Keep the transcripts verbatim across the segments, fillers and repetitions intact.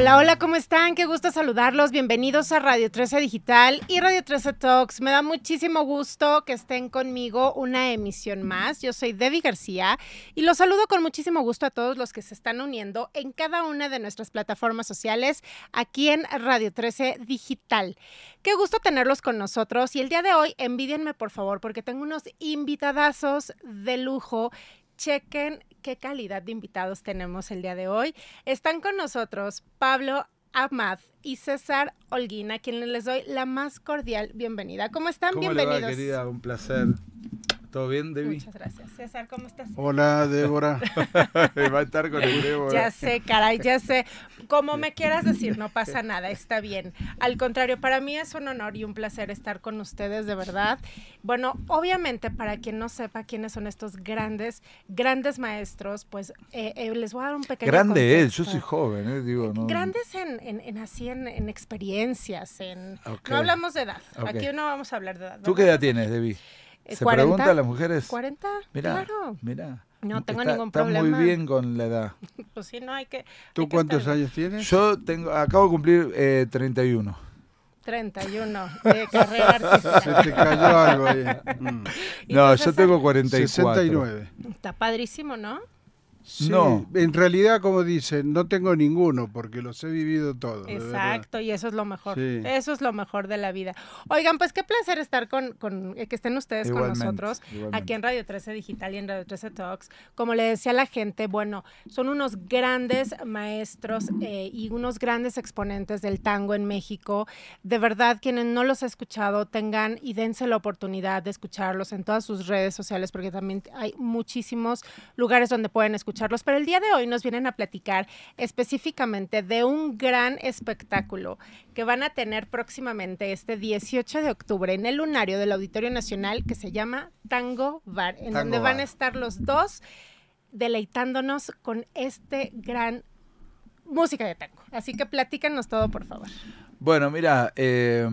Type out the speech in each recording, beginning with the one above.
Hola, hola, ¿cómo están? Qué gusto saludarlos. Bienvenidos a Radio trece Digital y Radio trece Talks. Me da muchísimo gusto que estén conmigo una emisión más. Yo soy Debbie García y los saludo con muchísimo gusto a todos los que se están uniendo en cada una de nuestras plataformas sociales aquí en Radio trece Digital. Qué gusto tenerlos con nosotros y el día de hoy envídienme por favor porque tengo unos invitadazos de lujo. Chequen qué calidad de invitados tenemos el día de hoy. Están con nosotros Pablo Ahmad y César Holguín, a quienes les doy la más cordial bienvenida. ¿Cómo están? ¿Cómo Bienvenidos. le va, querida? Un placer. ¿Todo bien, Debbie? Muchas gracias. César, ¿cómo estás? Hola, Débora. Va a estar con el Débora. Ya sé, caray, ya sé. Como me quieras decir, no pasa nada, está bien. Al contrario, para mí es un honor y un placer estar con ustedes, de verdad. Bueno, obviamente, para quien no sepa quiénes son estos grandes, grandes maestros, pues eh, eh, les voy a dar un pequeño Grande él, contexto. yo soy joven, ¿eh? Digo, no. Grandes en, en, en así, en, en experiencias, en... Okay. No hablamos de edad, Okay. Aquí no vamos a hablar de edad. ¿Tú qué edad tienes, Debbie? ¿Se cuarenta, pregunta a las mujeres? cuarenta, Mirá, claro. Mirá. No tengo está, ningún está problema. muy bien con la edad. Pues sí, no hay que... ¿Tú hay que cuántos estar... años tienes? Yo tengo, acabo de cumplir eh, treinta y uno. treinta y uno de carrera artística. Se te cayó algo ahí. Mm. No, yo tengo cuarenta y cuatro. sesenta y nueve. Está padrísimo, ¿no? Sí, No. En realidad, como dicen, no tengo ninguno porque los he vivido todos. Exacto, y eso es lo mejor. Sí. Eso es lo mejor de la vida. Oigan, pues qué placer estar con, con eh, que estén ustedes Igualmente, con nosotros igualmente. aquí en Radio trece Digital y en Radio trece Talks. Como le decía a la gente, bueno, son unos grandes maestros eh, y unos grandes exponentes del tango en México. De verdad, quienes no los he escuchado, tengan y dense la oportunidad de escucharlos en todas sus redes sociales, porque también hay muchísimos lugares donde pueden escucharlos. Pero el día de hoy nos vienen a platicar específicamente de un gran espectáculo que van a tener próximamente este dieciocho de octubre en el Lunario del Auditorio Nacional, que se llama Tango Bar, en Tango donde van Bar. a estar los dos deleitándonos con este gran música de tango. Así que platícanos todo, por favor. Bueno, mira, eh,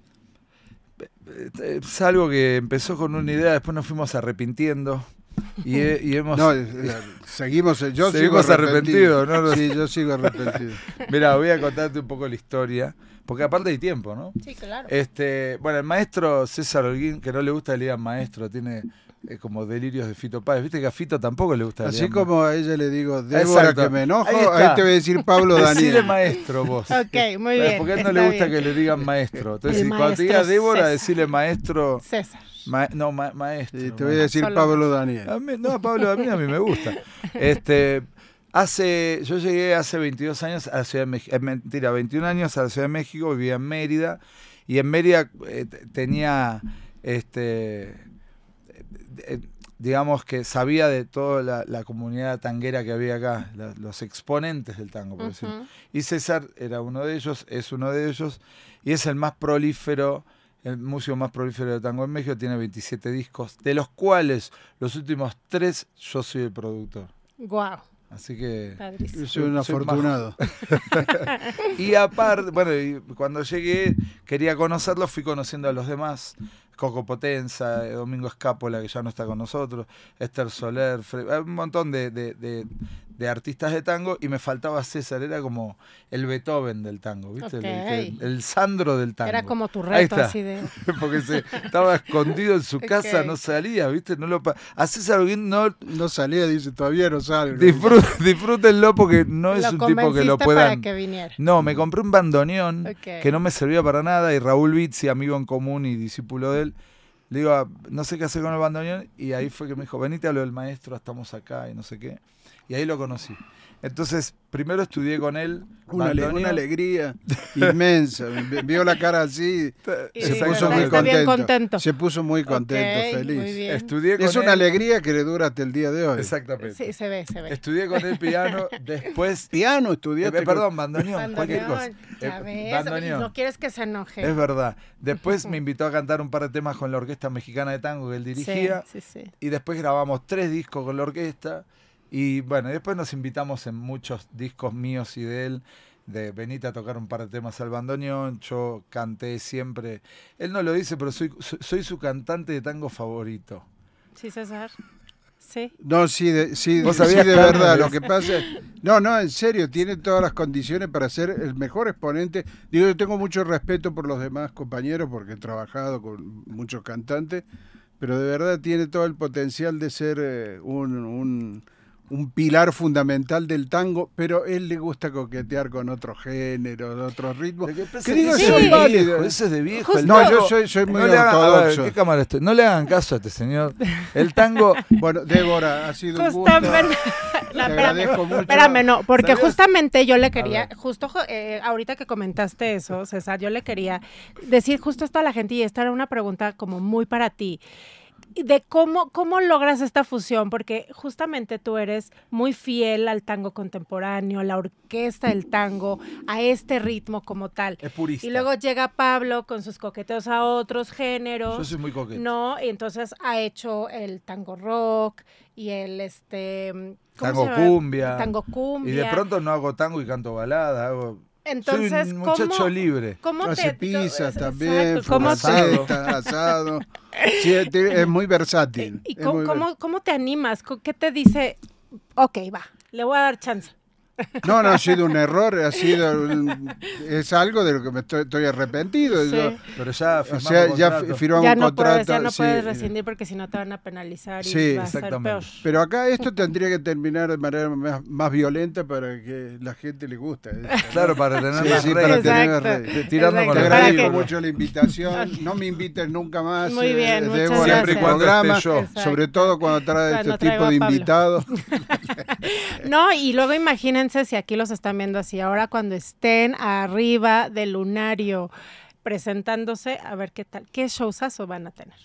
es algo que empezó con una idea, después nos fuimos arrepintiendo. Y, he, y hemos... No, eh, seguimos, yo Seguimos sigo arrepentido. arrepentidos, ¿no? Sí, yo sigo arrepentido. Mira, voy a contarte un poco la historia, porque aparte hay tiempo, ¿no? Sí, claro. Este, bueno, el maestro César Holguín, que no le gusta que le digan maestro, tiene eh, como delirios de Fito Páez. Viste que a Fito tampoco le gusta que le Así digan como a ella le digo, Débora, Exacto. que me enojo, Ahí ahí, está. te voy a decir Pablo Decile Daniel. maestro vos. Ok, muy bien. Porque a él no está le gusta bien. que le digan maestro. Entonces, El si cuando te diga maestro Débora, César. decile maestro. César. Ma- no, ma- maestro. Y te voy a decir Solo Pablo Daniel. A mí- no, Pablo, a mí, a mí me gusta. Este, hace, yo llegué hace veintidós años a la Ciudad de México, eh, mentira, veintiún años a la Ciudad de México, vivía en Mérida, y en Mérida eh, t- tenía, este, eh, digamos que sabía de toda la, la comunidad tanguera que había acá, la- los exponentes del tango, por decirlo. Ujú. Y César era uno de ellos, es uno de ellos, y es el más prolífero, el músico más prolífero de tango en México, tiene veintisiete discos, de los cuales los últimos tres yo soy el productor. Guau, Así que... padrísimo. Yo soy un soy afortunado. Y aparte, bueno, y cuando llegué, quería conocerlo, fui conociendo a los demás. Coco Potenza, eh, Domingo Escápola, que ya no está con nosotros, Esther Soler, Fre- un montón de, de, de, de artistas de tango, y me faltaba César, era como el Beethoven del tango, ¿viste? Ok. El, el- el Sandro del tango. Era como tu Ahí reto está. así de... Porque se, estaba escondido en su casa, Ok. no salía, ¿viste? No lo pa- a César Holguín no... No salía, dice, todavía no salgo. disfrú- disfrútenlo porque no es Lo un tipo que lo convenciste puedan... para que viniera. No, me compré un bandoneón Ok. que no me servía para nada, y Raúl Bizzi, amigo en común y discípulo de él, le digo, "Ah, no sé qué hacer con el bandoneón", y ahí fue que me dijo, venite a lo del maestro, estamos acá y no sé qué. Y ahí lo conocí. Entonces, primero estudié con él. Una, ale- bandoneón. una alegría inmensa. Vi- Vio la cara así, Y se sí, puso está- muy está bien contento. contento. Se puso muy contento, Ok, feliz. muy bien. Estudié con Es una él. alegría que le dura hasta el día de hoy. Exactamente. Sí, se ve, se ve. Estudié con él piano, después... Piano eh, estudiaste. perdón, bandoneón, cualquier cosa. Bandoneón, ya Eh, ves, bandoneón. no quieres que se enoje. Es verdad. Después me invitó a cantar un par de temas con la Orquesta Mexicana de Tango que él dirigía. Sí, sí, sí. Y después grabamos tres discos con la orquesta. Y bueno, y después nos invitamos en muchos discos míos y de él, de venite a tocar un par de temas al bandoneón. Yo canté siempre. Él no lo dice, pero soy, soy, soy su cantante de tango favorito. Sí, César. Sí. No, sí, de, sí, ¿Vos sí, sabías de que verdad. antes? Lo que pasa es... No, no, en serio, tiene todas las condiciones para ser el mejor exponente. Digo, yo tengo mucho respeto por los demás compañeros porque he trabajado con muchos cantantes, pero de verdad tiene todo el potencial de ser eh, un, un, un pilar fundamental del tango, pero él le gusta coquetear con otros géneros, otros ritmos. Que digo, Sí. son Viejo, válidos. ese es de viejo. Justo- el No, tango- yo soy, soy muy no le hagan- a ver, ortodoxo. ¿qué cámara estoy? No le hagan caso a este señor. El tango... Bueno, Débora, ha sido un gusto. Justamente. Te No, agradezco espérame, mucho. espérame, no, porque ¿Sabías? justamente yo le quería, ver. justo eh, ahorita que comentaste eso, César, yo le quería decir justo esto a la gente y esta era una pregunta como muy para ti. De cómo, cómo logras esta fusión, porque justamente tú eres muy fiel al tango contemporáneo, a la orquesta del tango, a este ritmo como tal. Es purista. Y luego llega Pablo con sus coqueteos a otros géneros. Yo soy muy coqueto. No, y entonces ha hecho el tango rock y el este ¿cómo Tango se llama? cumbia. El tango cumbia. Y de pronto no hago tango y canto balada, hago... entonces, soy un muchacho ¿cómo, libre. ¿cómo te Hace pizzas exacto, también, ¿cómo te- fugaceta, asado. Sí, es es muy versátil. ¿Y es cómo, muy cómo, cómo te animas? Co- ¿Qué te dice? Ok, va, le voy a dar chance. No, no ha sido un error, ha sido un- es algo de lo que me estoy, estoy arrepentido. Sí. Yo- Pero ya o firmamos sea, ya contrato. fi- firmamos Ya un no contrato. puedes, ya no sí. puedes rescindir porque si no te van a penalizar y Sí, va a ser exactamente. peor. Pero acá esto tendría que terminar de manera más, más violenta para que la gente le guste. Claro, para tener Sí, más sí, rey. para Exacto. tener rey. Tirando con Te Para el que- agradezco ridículo. mucho la invitación. No me invites nunca más. Muy bien, eh, muchas Débora, Siempre y al gracias. cuando programa, esté yo. Exacto. sobre todo cuando trae Cuando este tipo traigo de a Pablo. invitados. No, y luego imagínense si aquí los están viendo así, ahora cuando estén arriba del lunario presentándose, a ver qué tal, qué showzazo van a tener.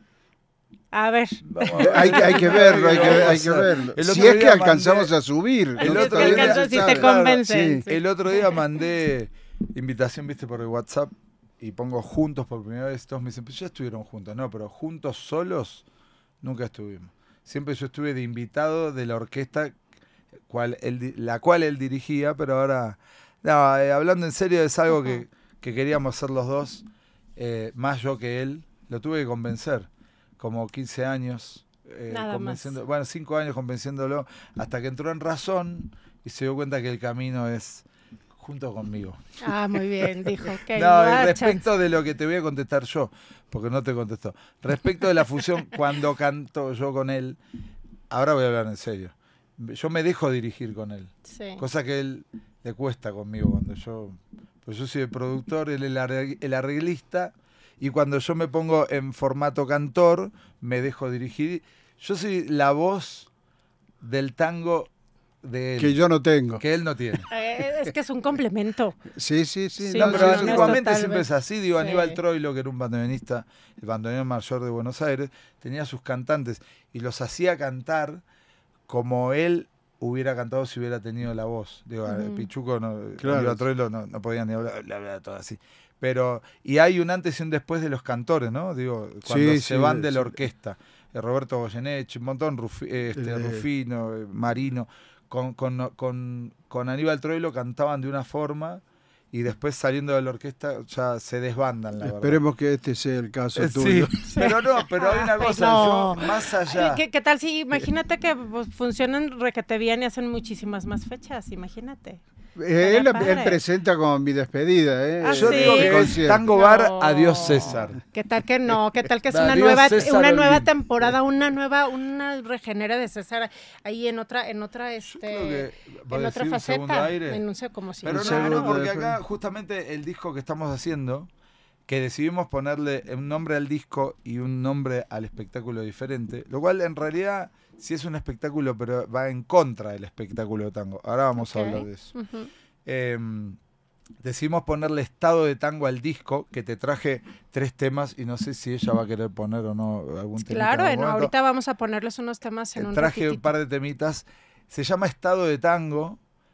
A ver. Vamos a ver. hay, que- hay que verlo, hay que, hay que Vamos a ver. verlo. El Si otro es que día alcanzamos mandé- a subir. El ¿no? otro Si día- alcanzas, si te Claro. convencen. Sí. El otro día mandé invitación, viste, por el WhatsApp y pongo juntos por primera vez. Todos me dicen, pues ya estuvieron juntos. No, pero juntos solos nunca estuvimos. Siempre yo estuve de invitado de la orquesta cual él, di- la cual él dirigía, pero ahora, no, eh, hablando en serio, es algo que, que queríamos hacer los dos, eh, más yo que él. Lo tuve que convencer, como quince años. eh, Nada convenciendo, más. bueno, cinco años convenciéndolo, hasta que entró en razón y se dio cuenta que el camino es junto conmigo. Ah, muy bien, dijo. ok, No, va a y dar respecto chance. de lo que te voy a contestar yo, porque no te contestó. Respecto de la fusión, cuando canto yo con él, ahora voy a hablar en serio. Yo me dejo dirigir con él, Sí. cosa que él le cuesta conmigo cuando yo, pues yo soy el productor, él el arregl- el arreglista, y cuando yo me pongo en formato cantor, me dejo dirigir. Yo soy la voz del tango de él, Que yo no tengo. que él no tiene. Eh, es que es un complemento. Sí, sí, sí. Sí, No, no, pero sí, no, sí. antiguamente total siempre vez. es así. Digo, Sí. Aníbal Troilo, que era un bandoneonista, el bandoneón mayor de Buenos Aires, tenía sus cantantes y los hacía cantar como él hubiera cantado si hubiera tenido la voz. Digo, Ujú. Pichuco, no, Claro. Aníbal Troilo no, no podía ni hablar, le hablaba todo así. Pero, y hay un antes y un después de los cantores, ¿no? Digo, cuando Sí, se sí, van de la sí. orquesta. Eh, Roberto Goyeneche, un montón, Rufi- eh, este, Eh. Rufino, eh, Marino, con, con, con, con Aníbal Troilo cantaban de una forma y después saliendo de la orquesta ya se desbandan, la verdad. Esperemos que este sea el caso Eh, sí, tuyo. pero no, pero hay una Ay, cosa, no. yo más allá. ¿Qué, qué tal si, imagínate que pues, funcionan requete bien y hacen muchísimas más fechas, imagínate. Eh, él, Estaría él padre. presenta como mi despedida. ¿eh? Ah, Yo sí. digo que es Concierto. Tango Bar, No. adiós César. ¿Qué tal que no? ¿Qué tal que es Adiós, una nueva, César una nueva Olín. temporada, una nueva, una regenera de César ahí en otra, en otra, Creo este, que va a en decir otra un segundo faceta? aire. En un se- como si Pero Un no, segundo no, porque después. acá justamente el disco que estamos haciendo, que decidimos ponerle un nombre al disco y un nombre al espectáculo diferente, lo cual en realidad sí es un espectáculo, pero va en contra del espectáculo de tango. Ahora vamos a Ok. hablar de eso. Ujú. Eh, decidimos ponerle estado de tango al disco, que te traje tres temas y no sé si ella va a querer poner o no algún tema. Claro, en- ahorita vamos a ponerles unos temas en un traje un ratitito. par de temitas. Se llama Estado de Tango,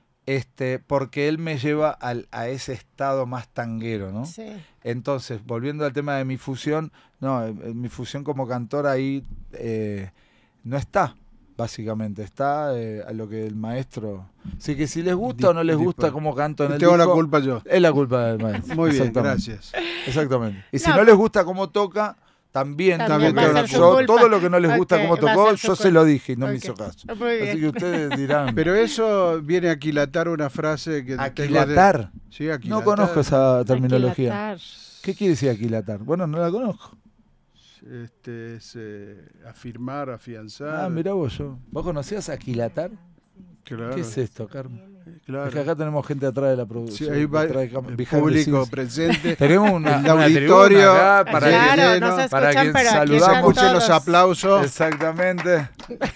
este, porque él me lleva al, a ese estado más tanguero, ¿no? Sí. Entonces, volviendo al tema de mi fusión, no, eh, mi fusión como cantor ahí eh, no está, básicamente. Está eh, a lo que el maestro... Así que si les gusta o no les gusta Dispa- cómo canto en el Tengo la disco, culpa yo. es la culpa del maestro. Muy bien, Exactamente. gracias. Exactamente. Y si No, no les gusta cómo toca, también, También va a porque ser su yo culpa. todo lo que no les gusta Ok, cómo va a tocó, ser su yo se culpa. lo dije y no Ok. me hizo caso. Muy bien. Así que ustedes dirán, Pero eso viene a aquilatar una frase que... tengo de- aquilatar. Sí, aquilatar. No conozco esa terminología. Aquilatar. ¿Qué quiere decir aquilatar? Bueno, no la conozco. Este, es eh, afirmar, afianzar. Ah, mirá vos yo. ¿Vos conocías aquilatar? Claro, ¿Qué es esto, Carmen? claro. Es que acá tenemos gente atrás de la Sí, producción. ahí va detrás de el cam- behind the público scenes. presente. Tenemos una, el una auditorio, tribuna acá para Claro, que, no se para escuchan, que pero aquí Que se saludamos. están escuchen los todos. aplausos. Exactamente.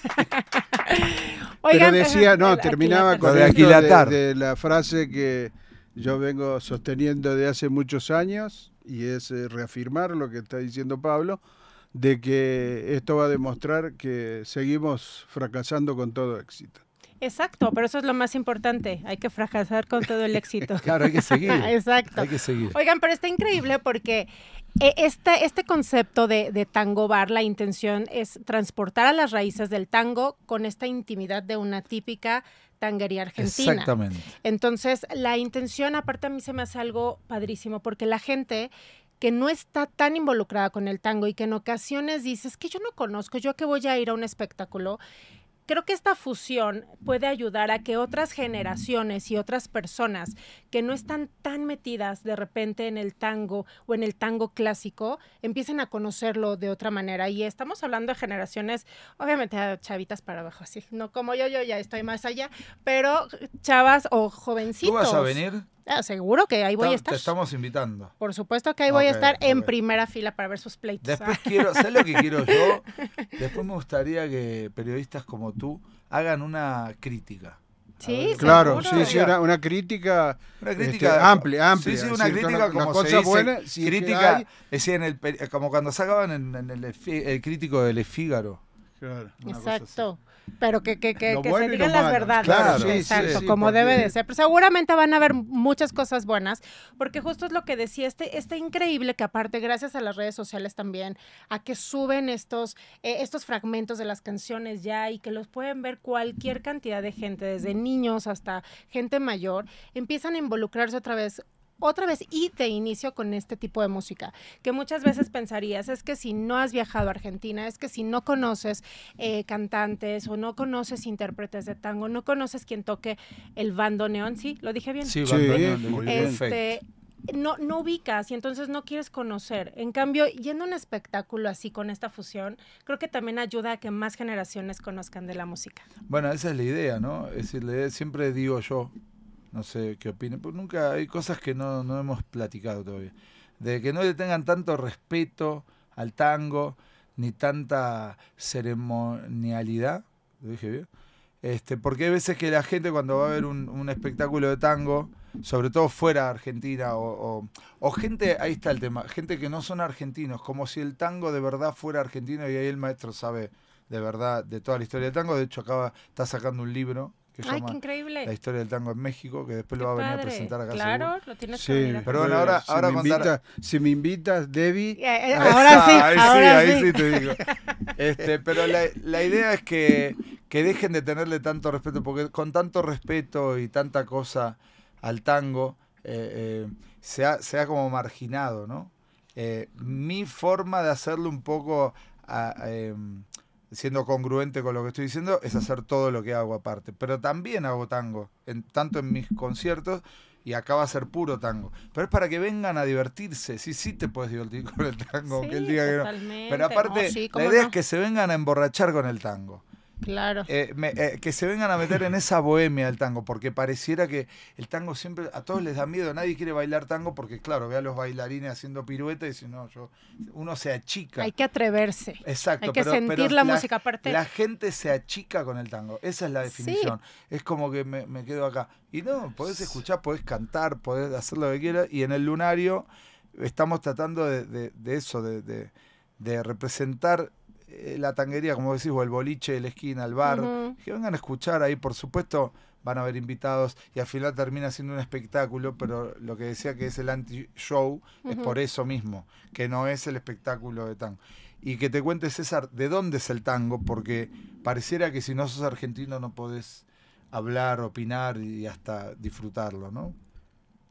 Oigan, Pero decía, no, el terminaba aquilatar. con Lo de esto de, aquilatar. de la frase que yo vengo sosteniendo de hace muchos años, y es eh, reafirmar lo que está diciendo Pablo, de que esto va a demostrar que seguimos fracasando con todo éxito. Exacto, pero eso es lo más importante. Hay que fracasar con todo el éxito. Claro, hay que seguir. Exacto. Hay que seguir. Oigan, pero está increíble porque eh, este, este concepto de, de tango bar, la intención es transportar a las raíces del tango con esta intimidad de una típica tanguería argentina. Exactamente. Entonces, la intención, aparte a mí se me hace algo padrísimo porque la gente que no está tan involucrada con el tango y que en ocasiones dices que yo no conozco, yo que voy a ir a un espectáculo, creo que esta fusión puede ayudar a que otras generaciones y otras personas que no están tan metidas de repente en el tango o en el tango clásico empiecen a conocerlo de otra manera. Y estamos hablando de generaciones, obviamente a chavitas para abajo, así, no como yo, yo ya estoy más allá, pero chavas o jovencitos. ¿Tú vas a venir? Ah, seguro que ahí voy a estar. Te estamos invitando. Por supuesto que ahí voy a Ok, estar en ok. primera fila para ver sus pleitos. Después quiero, ¿sabes lo que quiero yo? Después me gustaría que periodistas como tú hagan una crítica. Sí, ver, Claro, seguro. sí, sí, una, una crítica, Una este, crítica amplia, amplia. Sí, sí, es una decir, crítica con como las se cosas dice, buenas, si es que crítica, hay. decía en el, peri- como cuando sacaban en, en el, Efi- el crítico del Le Figaro. Claro. Una cosa Exacto. Pero que, que, que, Lo que bueno se y digan lo las malo. verdades. Claro, sí, Exacto, sí, sí, como porque- debe de ser. Pero seguramente van a haber muchas cosas buenas, porque justo es lo que decía, este, este increíble que aparte, gracias a las redes sociales también, a que suben estos, eh, estos fragmentos de las canciones ya y que los pueden ver cualquier cantidad de gente, desde niños hasta gente mayor, empiezan a involucrarse otra vez otra vez y de inicio con este tipo de música, que muchas veces pensarías, es que si no has viajado a Argentina, es que si no conoces eh, cantantes o no conoces intérpretes de tango, no conoces quien toque el bandoneón, ¿sí? ¿Lo dije bien? Sí, Sí, bandoneón, muy bien. perfecto. Este, no, no ubicas y entonces no quieres conocer. En cambio, yendo a un espectáculo así con esta fusión, creo que también ayuda a que más generaciones conozcan de la música. Bueno, esa es la idea, ¿no? Es decir, la idea, siempre digo yo, no sé qué opinen, porque nunca hay cosas que no, no hemos platicado todavía. De que no le tengan tanto respeto al tango, ni tanta ceremonialidad, ¿lo dije bien? Este, porque hay veces que la gente cuando va a ver un, un espectáculo de tango, sobre todo fuera de Argentina, o, o, o gente, ahí está el tema, gente que no son argentinos, como si el tango de verdad fuera argentino y ahí el maestro sabe de verdad de toda la historia del tango. De hecho, acaba, está sacando un libro que se ¡Ay, llama qué increíble! La historia del tango en México, que después Qué lo va a venir padre. a presentar acá. Claro, seguro. lo tienes que Sí, venir a Pero bueno, ahora- si ahora me contar- invita- si me invitas, Debbie, Eh, eh, Ah, ahora sí, ahí ahora sí, sí. ahí sí te digo. Este, pero la, la idea es que, que dejen de tenerle tanto respeto, porque con tanto respeto y tanta cosa al tango, eh, eh, se, ha, se ha como marginado, ¿no? Eh, mi forma de hacerlo un poco, a, eh, siendo congruente con lo que estoy diciendo, es hacer todo lo que hago aparte. Pero también hago tango, en, tanto en mis conciertos, y acá va a ser puro tango. Pero es para que vengan a divertirse. Sí, sí te puedes divertir con el tango, aunque él diga que no. totalmente. Pero aparte, No, sí, la cómo idea no. es que se vengan a emborrachar con el tango. Claro. Eh, me- eh, que se vengan a meter en esa bohemia del tango, porque pareciera que el tango siempre, a todos les da miedo, nadie quiere bailar tango, porque claro, ve a los bailarines haciendo piruetas y dice, no, yo, uno se achica. Hay que atreverse. Exacto, Hay que pero, sentir pero la música aparte. La gente se achica con el tango, esa es la Sí. definición. Es como que me, me quedo acá. Y no, podés escuchar, podés cantar, podés hacer lo que quieras, y en el Lunario estamos tratando de, de- de eso, de, de- de representar eh, la tanguería, como decís, o el boliche de la esquina, el bar, Ujú. que vengan a escuchar ahí, por supuesto van a haber invitados y al final termina siendo un espectáculo, pero lo que decía que es el anti-show es Ujú. por eso mismo, que no es el espectáculo de tango. Y que te cuente, César, de dónde es el tango, porque pareciera que si no sos argentino no podés hablar, opinar y hasta disfrutarlo, ¿no?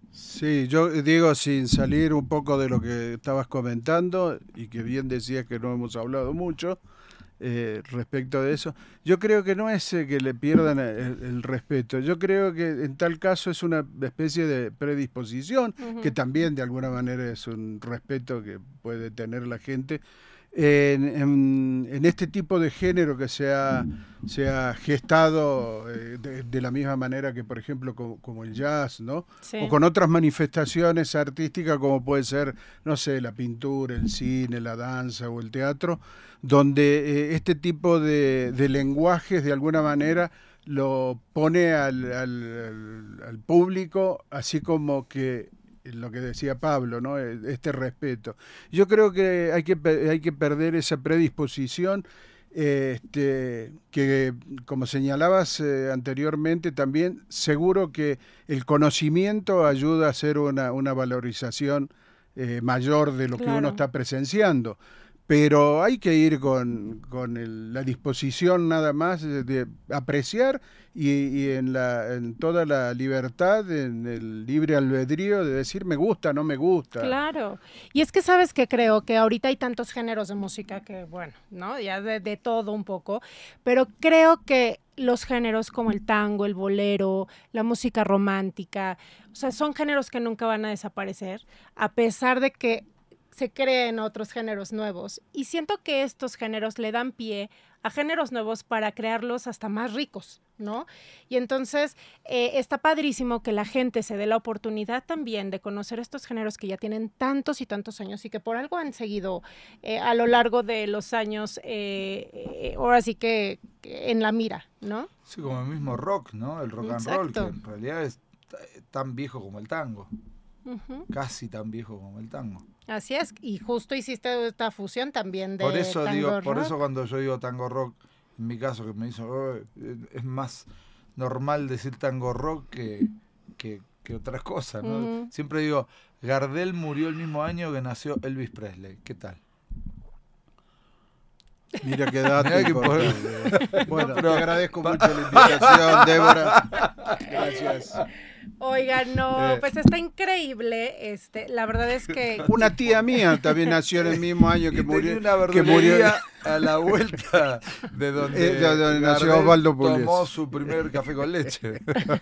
Sí, yo digo, sin salir un poco de lo que estabas comentando, y que bien decías que no hemos hablado mucho eh, respecto de eso, yo creo que no es eh, que le pierdan el, el respeto, yo creo que en tal caso es una especie de predisposición, Ujú. que también de alguna manera es un respeto que puede tener la gente, en, en, en este tipo de género que se ha, se ha gestado eh, de, de la misma manera que, por ejemplo, como, como el jazz, ¿no? Sí. O con otras manifestaciones artísticas como puede ser, no sé, la pintura, el cine, la danza o el teatro, donde eh, este tipo de, de lenguajes de alguna manera lo pone al, al, al, al público así como que lo que decía Pablo, ¿no? Este respeto. Yo creo que hay que, hay que perder esa predisposición, este, que como señalabas eh, anteriormente también, seguro que el conocimiento ayuda a hacer una, una valorización eh, mayor de lo Claro. que uno está presenciando. Pero hay que ir con, con el, la disposición nada más de, de apreciar y, y en, la, en toda la libertad, en el libre albedrío de decir me gusta, no me gusta. Claro. Y es que sabes que creo que ahorita hay tantos géneros de música que, bueno, ¿no? Ya de, de todo un poco, pero creo que los géneros como el tango, el bolero, la música romántica, o sea, son géneros que nunca van a desaparecer, a pesar de que se creen otros géneros nuevos. Y siento que estos géneros le dan pie a géneros nuevos para crearlos hasta más ricos, ¿no? Y entonces eh, está padrísimo que la gente se dé la oportunidad también de conocer estos géneros que ya tienen tantos y tantos años y que por algo han seguido eh, a lo largo de los años, eh, eh, ahora sí que, que en la mira, ¿no? Sí, como el mismo rock, ¿no? El rock and roll, que Exacto. en realidad es t- tan viejo como el tango. Ujú. Casi tan viejo como el tango. Así es, y justo hiciste esta fusión también de Por eso tango digo, por rock. eso cuando yo digo tango rock, en mi caso que me hizo, oh, es más normal decir tango rock que, que, que otras cosas, ¿no? Ujú. Siempre digo, Gardel murió el mismo año que nació Elvis Presley. ¿Qué tal? Mira qué dato Mirá que importante. Bueno, No, pero- te agradezco mucho la invitación, Débora. Gracias. Oigan, no, Eh. pues está increíble, este, la verdad es que Una tía mía también nació en el mismo año que Y murió. tenía una que murió. verdulería a la vuelta de donde, Eh, de donde nació Gardel Osvaldo Pugliese. tomó su primer café con leche.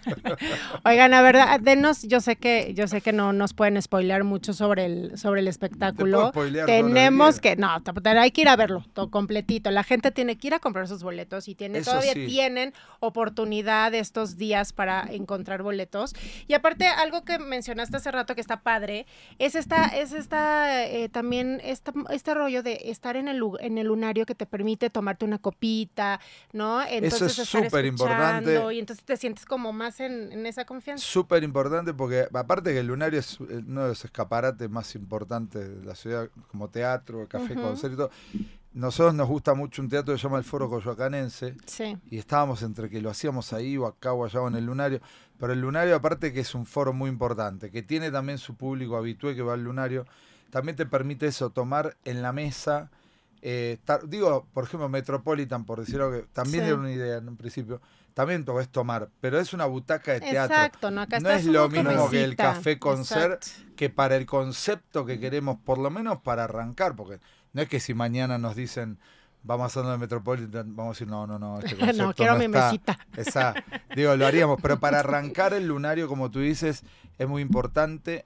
oigan, la verdad, denos, yo sé que, yo sé que no nos pueden spoilear mucho sobre el, sobre el espectáculo. spoilear todo lo que Tenemos quieras. que, no, t- hay que ir a verlo, todo completito. La gente tiene que ir a comprar sus boletos y tiene, Eso todavía sí. tienen oportunidad estos días para encontrar boletos. Y aparte, algo que mencionaste hace rato que está padre, es esta, es esta, eh, también esta, este rollo de estar en el, lu- en el lunario que te permite tomarte una copita, ¿no? Entonces, es estar superimportante. escuchando, y entonces te sientes como más en, en esa confianza. Súper importante porque aparte que el Lunario es uno de los escaparates más importantes de la ciudad, como teatro, café, Ujú. concierto. Nosotros nos gusta mucho un teatro que se llama el Foro Coyoacanense Sí. y estábamos entre que lo hacíamos ahí o acá o allá o en el Lunario, pero el Lunario aparte que es un foro muy importante, que tiene también su público habitué que va al Lunario, también te permite eso, tomar en la mesa, eh, tar- digo, por ejemplo, Metropolitan, por decirlo que también Sí. era una idea en un principio, también podés tomar, pero es una butaca de teatro. Exacto, ¿no? Acá No estás es lo como mismo que el mesita. café concert, Exacto. que para el concepto que queremos, por lo menos para arrancar, porque no es que si mañana nos dicen vamos a hacerlo de Metropolitan, vamos a decir no, no, no, este concepto No, quiero mi está". mesita. Esa, digo, lo haríamos, pero para arrancar el Lunario, como tú dices, es muy importante,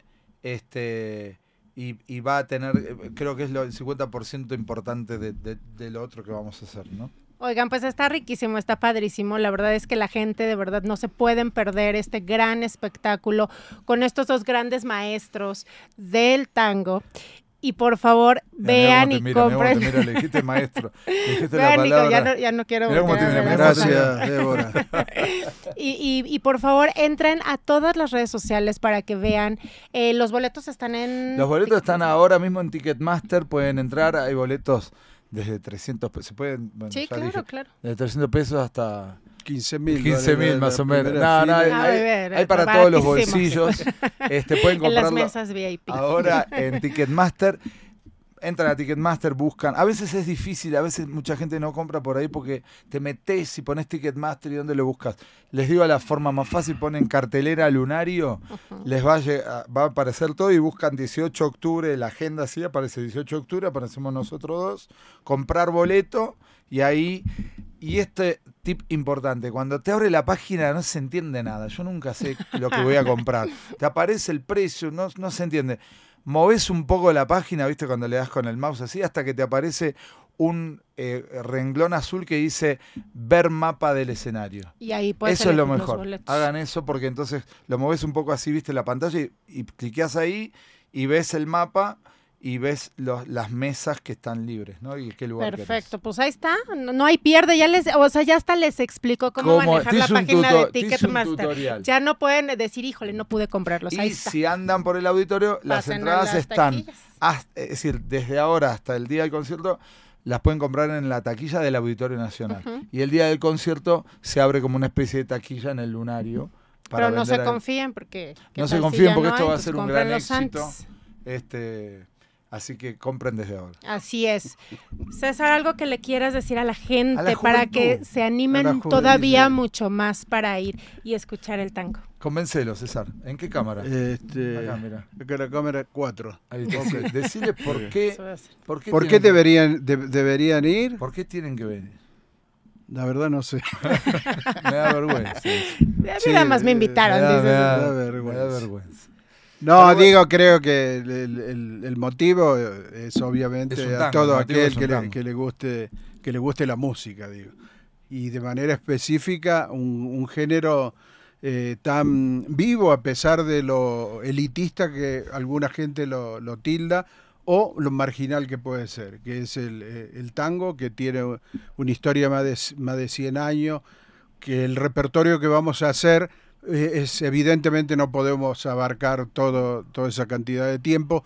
este y, y va a tener, eh, creo que es lo, el cincuenta por ciento importante de, de, de lo otro que vamos a hacer, ¿no? Oigan, pues está riquísimo, está padrísimo. La verdad es que la gente de verdad no se pueden perder este gran espectáculo con estos dos grandes maestros del tango. Y por favor, Mira, vean mirá y cómo te mira, mirá cómo compren. te mira, le dijiste maestro, le dijiste la Vean, Nico, palabra. ya no, ya no quiero Mirá cómo voltear te a mira, ver a mirá Susana. Gracias, Débora. Y, y, y por favor, entren a todas las redes sociales para que vean. Eh, los boletos están en... Los boletos están ahora mismo en Ticketmaster, pueden entrar, hay boletos desde trescientos pesos, se pueden, bueno, Sí, ya claro, dije, claro. desde trescientos pesos hasta quince mil. quince mil más o menos. No, no, hay, A hay- ver, hay para todos los baratísimos. bolsillos. Este, pueden En las comprarlo mesas V I P. ahora en Ticketmaster. entran a Ticketmaster, buscan. A veces es difícil, a veces mucha gente no compra por ahí porque te metés y pones Ticketmaster y ¿dónde lo buscas? Les digo la forma más fácil, ponen cartelera Lunario, uh-huh. les va a, llegar, va a aparecer todo y buscan dieciocho de octubre, la agenda así, aparece dieciocho de octubre, aparecemos nosotros dos, comprar boleto y ahí... Y este tip importante, cuando te abre la página no se entiende nada, yo nunca sé lo que voy a comprar. Te aparece el precio, no, no se entiende. Movés un poco la página, viste, cuando le das con el mouse así, hasta que te aparece un eh, renglón azul que dice ver mapa del escenario. Y ahí puedes eso es lo mejor. Hagan eso porque entonces lo movés un poco así, viste, la pantalla y, y cliqueás ahí y ves el mapa y ves los, las mesas que están libres, ¿no? Y qué lugar. Perfecto, querés. Pues ahí está, no, no hay pierde, ya les, o sea, ya hasta les explicó cómo, ¿Cómo? manejar la página tuto, de Ticketmaster. Ya no pueden decir, híjole, no pude comprarlos, y ahí está. Si andan por el auditorio, las Pasen entradas las están, hasta, es decir, desde ahora hasta el día del concierto, las pueden comprar en la taquilla del Auditorio Nacional. Uh-huh. Y el día del concierto se abre como una especie de taquilla en el Lunario. Para Pero no se confíen porque... No se confíen si porque no esto hay, va a ser pues un gran éxito. Antes. Este... Así que compren desde ahora. Así es. César, algo que le quieras decir a la gente a la para que se animen todavía mucho más para ir y escuchar el tango. Convéncelo, César. ¿En qué cámara? Este, acá, mira. Acá la cámara cuatro. Ahí okay. Decirles por qué, por qué, ¿Por qué deberían, de, deberían ir. ¿Por qué tienen que venir? La verdad no sé. Me da vergüenza. A mí nada más me invitaron. Me da, me da, me da vergüenza. Me da vergüenza. No, Pero digo, bueno. creo que el, el, el motivo es obviamente es tango, a todo aquel que le, que le guste que le guste la música, digo. Y de manera específica un, un género eh, tan vivo a pesar de lo elitista que alguna gente lo, lo tilda o lo marginal que puede ser, que es el, el tango, que tiene una historia más de, más de cien años, que el repertorio que vamos a hacer... Es, evidentemente no podemos abarcar todo, toda esa cantidad de tiempo,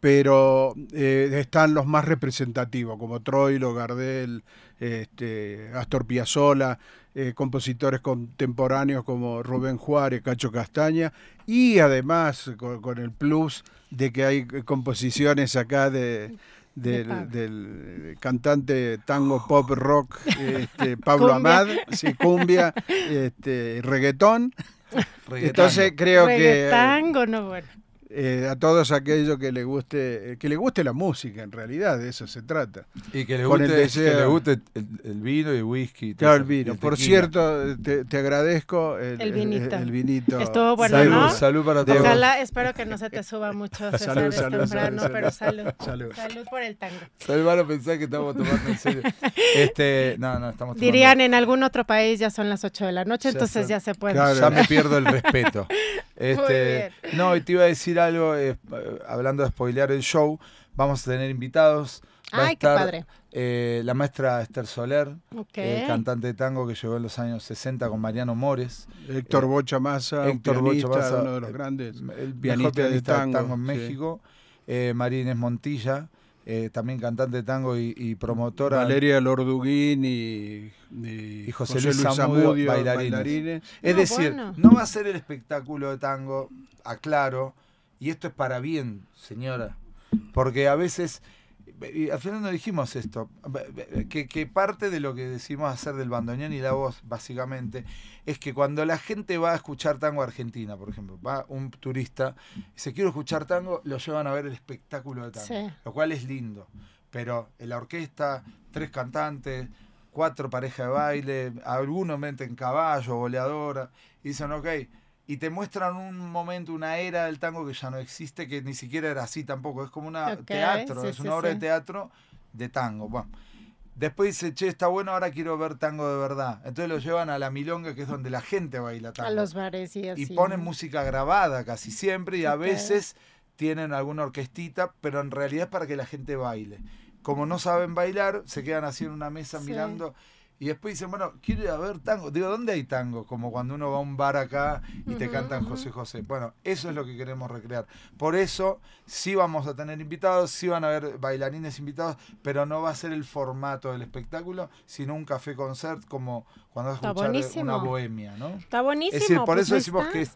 pero eh, están los más representativos, como Troilo, Gardel, este, Astor Piazzolla, eh, compositores contemporáneos como Rubén Juárez, Cacho Castaña, y además con, con el plus de que hay composiciones acá de... Del, del cantante tango pop rock este, Pablo Amad, sí, cumbia, este, reggaetón. Entonces creo Reggaetango, que no, bueno. eh, a todos aquellos que le guste que le guste la música, en realidad de eso se trata. Y que le guste, el deseo, que le guste el, el vino y el whisky. Claro, el vino. El Por cierto, te, te agradezco el, el, vinito. el, el vinito. Estuvo bueno, salud, ¿no? Salud para todos. Ojalá, espero que no se te suba mucho, César, salud, es salud, temprano, salud, pero salud. Salud. Salud por el tango. Salud, van a pensar que estamos tomando en serio. Este, no, no, estamos tomando. Dirían en algún otro país ya son las ocho de la noche, ya entonces son, ya se puede. Claro, ya me pierdo el respeto. Este, no, y te iba a decir algo, eh, hablando de spoilear el show, vamos a tener invitados. Va Ay, a estar, qué padre. Eh, la maestra Esther Soler, okay. eh, cantante de tango que llegó en los años sesenta con Mariano Mores. Héctor eh, Bocha Massa, Héctor pianista, Bocha Massa, uno de los grandes el pianista, pianista de, tango, de tango en sí. México. Eh, María Inés Montilla, eh, también cantante de tango y, y promotora. Valeria Lorduguín y, y, y José, José Luis Zamudio, Zamudio bailarines. bailarines. Es no, decir, bueno. no va a ser el espectáculo de tango, aclaro, y esto es para bien, señora, porque a veces, y al final no dijimos esto, que, que parte de lo que decimos hacer del bandoneón y la voz, básicamente, es que cuando la gente va a escuchar tango a Argentina, por ejemplo, va un turista y dice, quiero escuchar tango, lo llevan a ver el espectáculo de tango, sí. Lo cual es lindo, pero en la orquesta, tres cantantes, cuatro parejas de baile, algunos meten caballo, boleadora, y dicen, ok, y te muestran un momento, una era del tango que ya no existe, que ni siquiera era así tampoco, es como un okay, teatro, sí, es una sí, obra sí. de teatro de tango. Bueno, después dice, che, está bueno, ahora quiero ver tango de verdad. Entonces lo llevan a la milonga, que es donde la gente baila tango. A los bares y así. Y ponen música grabada casi siempre, y a okay. veces tienen alguna orquestita, pero en realidad es para que la gente baile. Como no saben bailar, se quedan así en una mesa sí. mirando. Y después dicen, bueno, quiero ir a ver tango. Digo, ¿dónde hay tango? Como cuando uno va a un bar acá y te uh-huh, cantan uh-huh. José José. Bueno, eso es lo que queremos recrear. Por eso, sí vamos a tener invitados, sí van a haber bailarines invitados, pero no va a ser el formato del espectáculo, sino un café concert como cuando vas a escuchar una bohemia, ¿no? Está buenísimo. Es decir, por pues eso decimos está. que es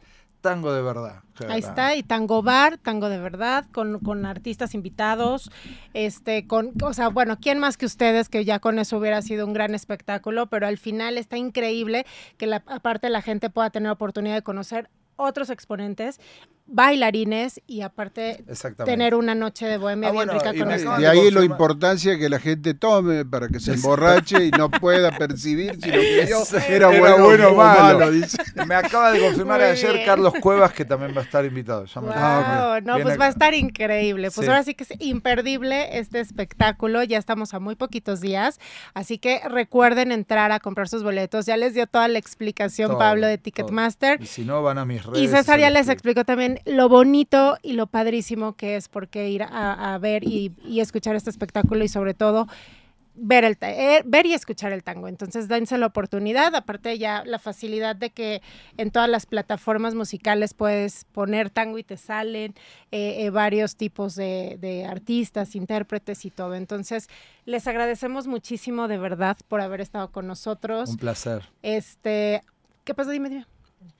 tango de verdad. Ahí está, y Tango Bar, tango de verdad, con, con artistas invitados, este, con, o sea, bueno, ¿quién más que ustedes? Que ya con eso hubiera sido un gran espectáculo, pero al final está increíble que la, aparte la gente pueda tener oportunidad de conocer otros exponentes, bailarines y aparte tener una noche de bohemia ah, bien bueno, rica con ustedes. Y ahí la importancia que la gente tome para que se emborrache y no pueda percibir si lo que yo era, era bueno, bueno o malo. malo dice. Me acaba de confirmar Muy ayer bien. Carlos Cuevas que también va a estar invitado. Ya me Wow, ah, okay. no, Viene pues va a acá. estar increíble. Pues Sí. ahora sí que es imperdible este espectáculo. Ya estamos a muy poquitos días, así que recuerden entrar a comprar sus boletos. Ya les dio toda la explicación Todo, Pablo de todo. Ticketmaster. Y si no, van a mis redes. Y César ya se les lo explicó también lo bonito y lo padrísimo que es por qué ir a, a ver y, y escuchar este espectáculo y sobre todo ver, el, eh, ver y escuchar el tango. Entonces dense la oportunidad, aparte ya la facilidad de que en todas las plataformas musicales puedes poner tango y te salen eh, eh, varios tipos de, de artistas, intérpretes y todo. Entonces les agradecemos muchísimo de verdad por haber estado con nosotros. Un placer. Este, ¿qué pasó? Dime, dime.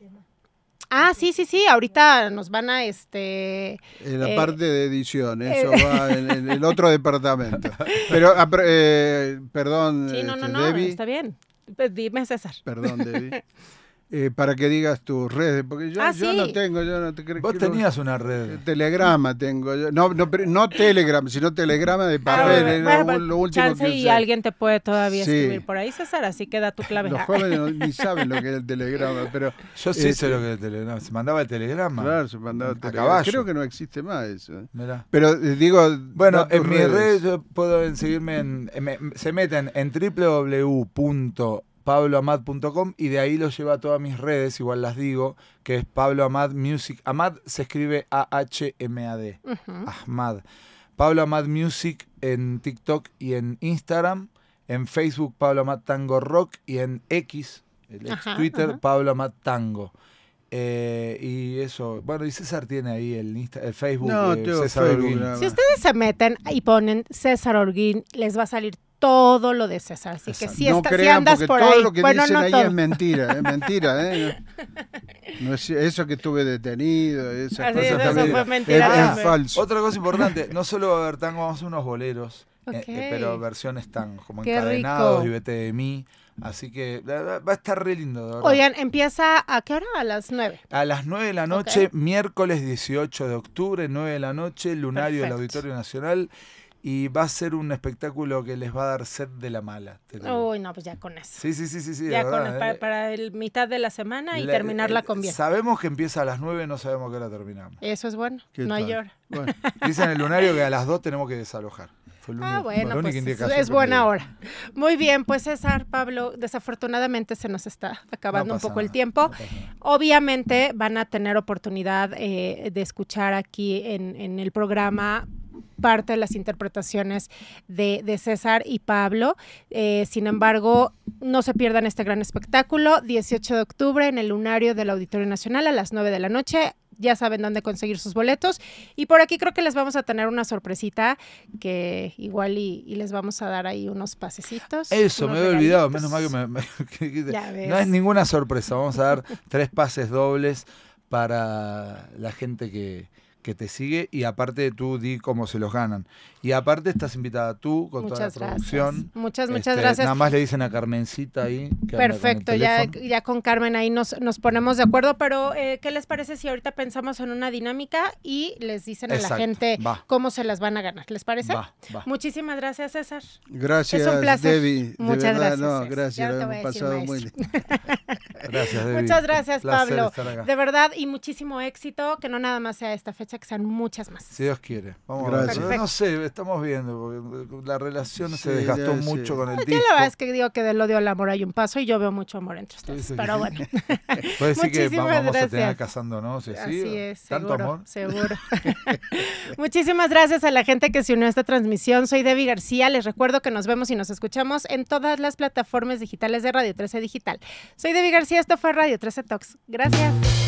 Ah, sí, sí, sí, ahorita nos van a, este... En la eh, parte de edición, eso eh, va en, en el otro departamento. Pero, ah, per- eh, perdón, Sí, no, no, este, no, Debbie, está bien. Pues dime, César. perdón, Debbie, eh, para que digas tus redes, porque yo, Ah, yo sí. no tengo, yo no te creo Vos que tenías una red. Telegrama tengo yo. No, no, pero no Telegram, sino telegrama de Ah, papel. bueno, era bueno, lo último chance que y usé. alguien te puede todavía Sí. escribir por ahí, César, así que da tu clave. Los Ah. jóvenes no- ni saben lo que es el telegrama, pero Yo sí Este- sé lo que es el telegrama. Se mandaba el telegrama. claro, se mandaba A telegrama. caballo. Creo que no existe más eso. ¿eh? Mirá. Pero eh, digo, Bueno, da tus en mis redes yo puedo seguirme en, en- me- se meten en w w w punto pablo amad punto com y de ahí los lleva a todas mis redes, igual las digo, que es Pablo Amad Music. Amad se escribe A H M A D. Ujú. Ahmad. Pablo Amad Music en TikTok y en Instagram, en Facebook Pablo Amad Tango Rock y en X, el ex Ajá, Twitter, ajá. Pablo Amad Tango. Eh, y eso, bueno, y César tiene ahí el, Insta, el Facebook, No, eh, tengo César Facebook, Holguín. nada Si más. ustedes se meten y ponen César Holguín, les va a salir todo lo de César. Así que Exacto. si, no está, si crean, andas porque por todo ahí, lo que bueno, dicen no ahí todo. es mentira, es mentira. ¿eh? No, no es eso que estuve detenido, esas Así cosas es, eso también fue es- mentira es, también. falso. Otra cosa importante, no solo va a haber tango, vamos a hacer unos boleros, eh, Ok. eh, pero versiones tango, como Qué encadenados rico. y vete de mí. Así que la verdad, va a estar re lindo, de verdad. Oigan, empieza ¿a qué hora? A las nueve. A las nueve de la noche, Ok. miércoles dieciocho de octubre, nueve de la noche, Lunario del Perfecto. Auditorio Nacional. Y va a ser un espectáculo que les va a dar sed de la mala. te lo digo. Uy, no, pues ya con eso. Sí, sí, sí, sí, sí. de ya con verdad, para, eh. para el mitad de la semana y Le- terminarla eh, con bien. Sabemos que empieza a las nueve, no sabemos qué hora terminamos. Eso es bueno, ¿Qué no hay tal? hora. Bueno, Dicen en el Lunario que a las dos tenemos que desalojar. Fue el Ah, único- bueno, la pues única es, indicación es que buena me dio. hora. Muy bien, pues César, Pablo, desafortunadamente se nos está acabando No un pasa poco el nada, tiempo. no pasa nada. Obviamente van a tener oportunidad eh, de escuchar aquí en, en el programa parte de las interpretaciones de, de César y Pablo. Eh, sin embargo, no se pierdan este gran espectáculo, dieciocho de octubre en el Lunario del Auditorio Nacional a las nueve de la noche. Ya saben dónde conseguir sus boletos. Y por aquí creo que les vamos a tener una sorpresita que igual y, y les vamos a dar ahí unos pasecitos. Eso, unos me había olvidado, regalitos. menos mal que me... me- que dijiste. Ya ves. No es ninguna sorpresa, vamos a dar tres pases dobles para la gente que, que te sigue y aparte tú di cómo se los ganan. Y aparte estás invitada tú con Muchas toda la gracias. producción. Muchas, muchas Este, gracias. Nada más le dicen a Carmencita ahí. que anda con el Perfecto, ya, teléfono. ya con Carmen ahí nos, nos ponemos de acuerdo, pero eh, ¿qué les parece si ahorita pensamos en una dinámica y les dicen a la Exacto, gente va. cómo se las van a ganar? ¿Les parece? Va, va. Muchísimas gracias, César. gracias, Es un placer. Debbie. De Muchas verdad, gracias, no, César. gracias, Ya no lo te voy hemos a decir pasado muy maestro. bien. Gracias, Debbie. Muchas gracias, Placer Pablo. estar acá. De verdad, y muchísimo éxito, que no nada más sea esta fecha, que sean muchas más. Si Dios quiere. Vamos Gracias. a ver. Perfecto. No sé, estamos viendo, porque la relación se Sí, desgastó ya sé. mucho con el Yo disco. la verdad es que digo que del odio al amor hay un paso y yo veo mucho amor entre ustedes, Sí, sí. pero bueno. Puede decir que Muchísimas vamos a tener gracias. casándonos y así. Así es, Tanto seguro, amor. seguro. Muchísimas gracias a la gente que se unió a esta transmisión. Soy Debbie García. Les recuerdo que nos vemos y nos escuchamos en todas las plataformas digitales de Radio trece Digital. Soy Debbie García. Esto fue Radio trece Talks. Gracias.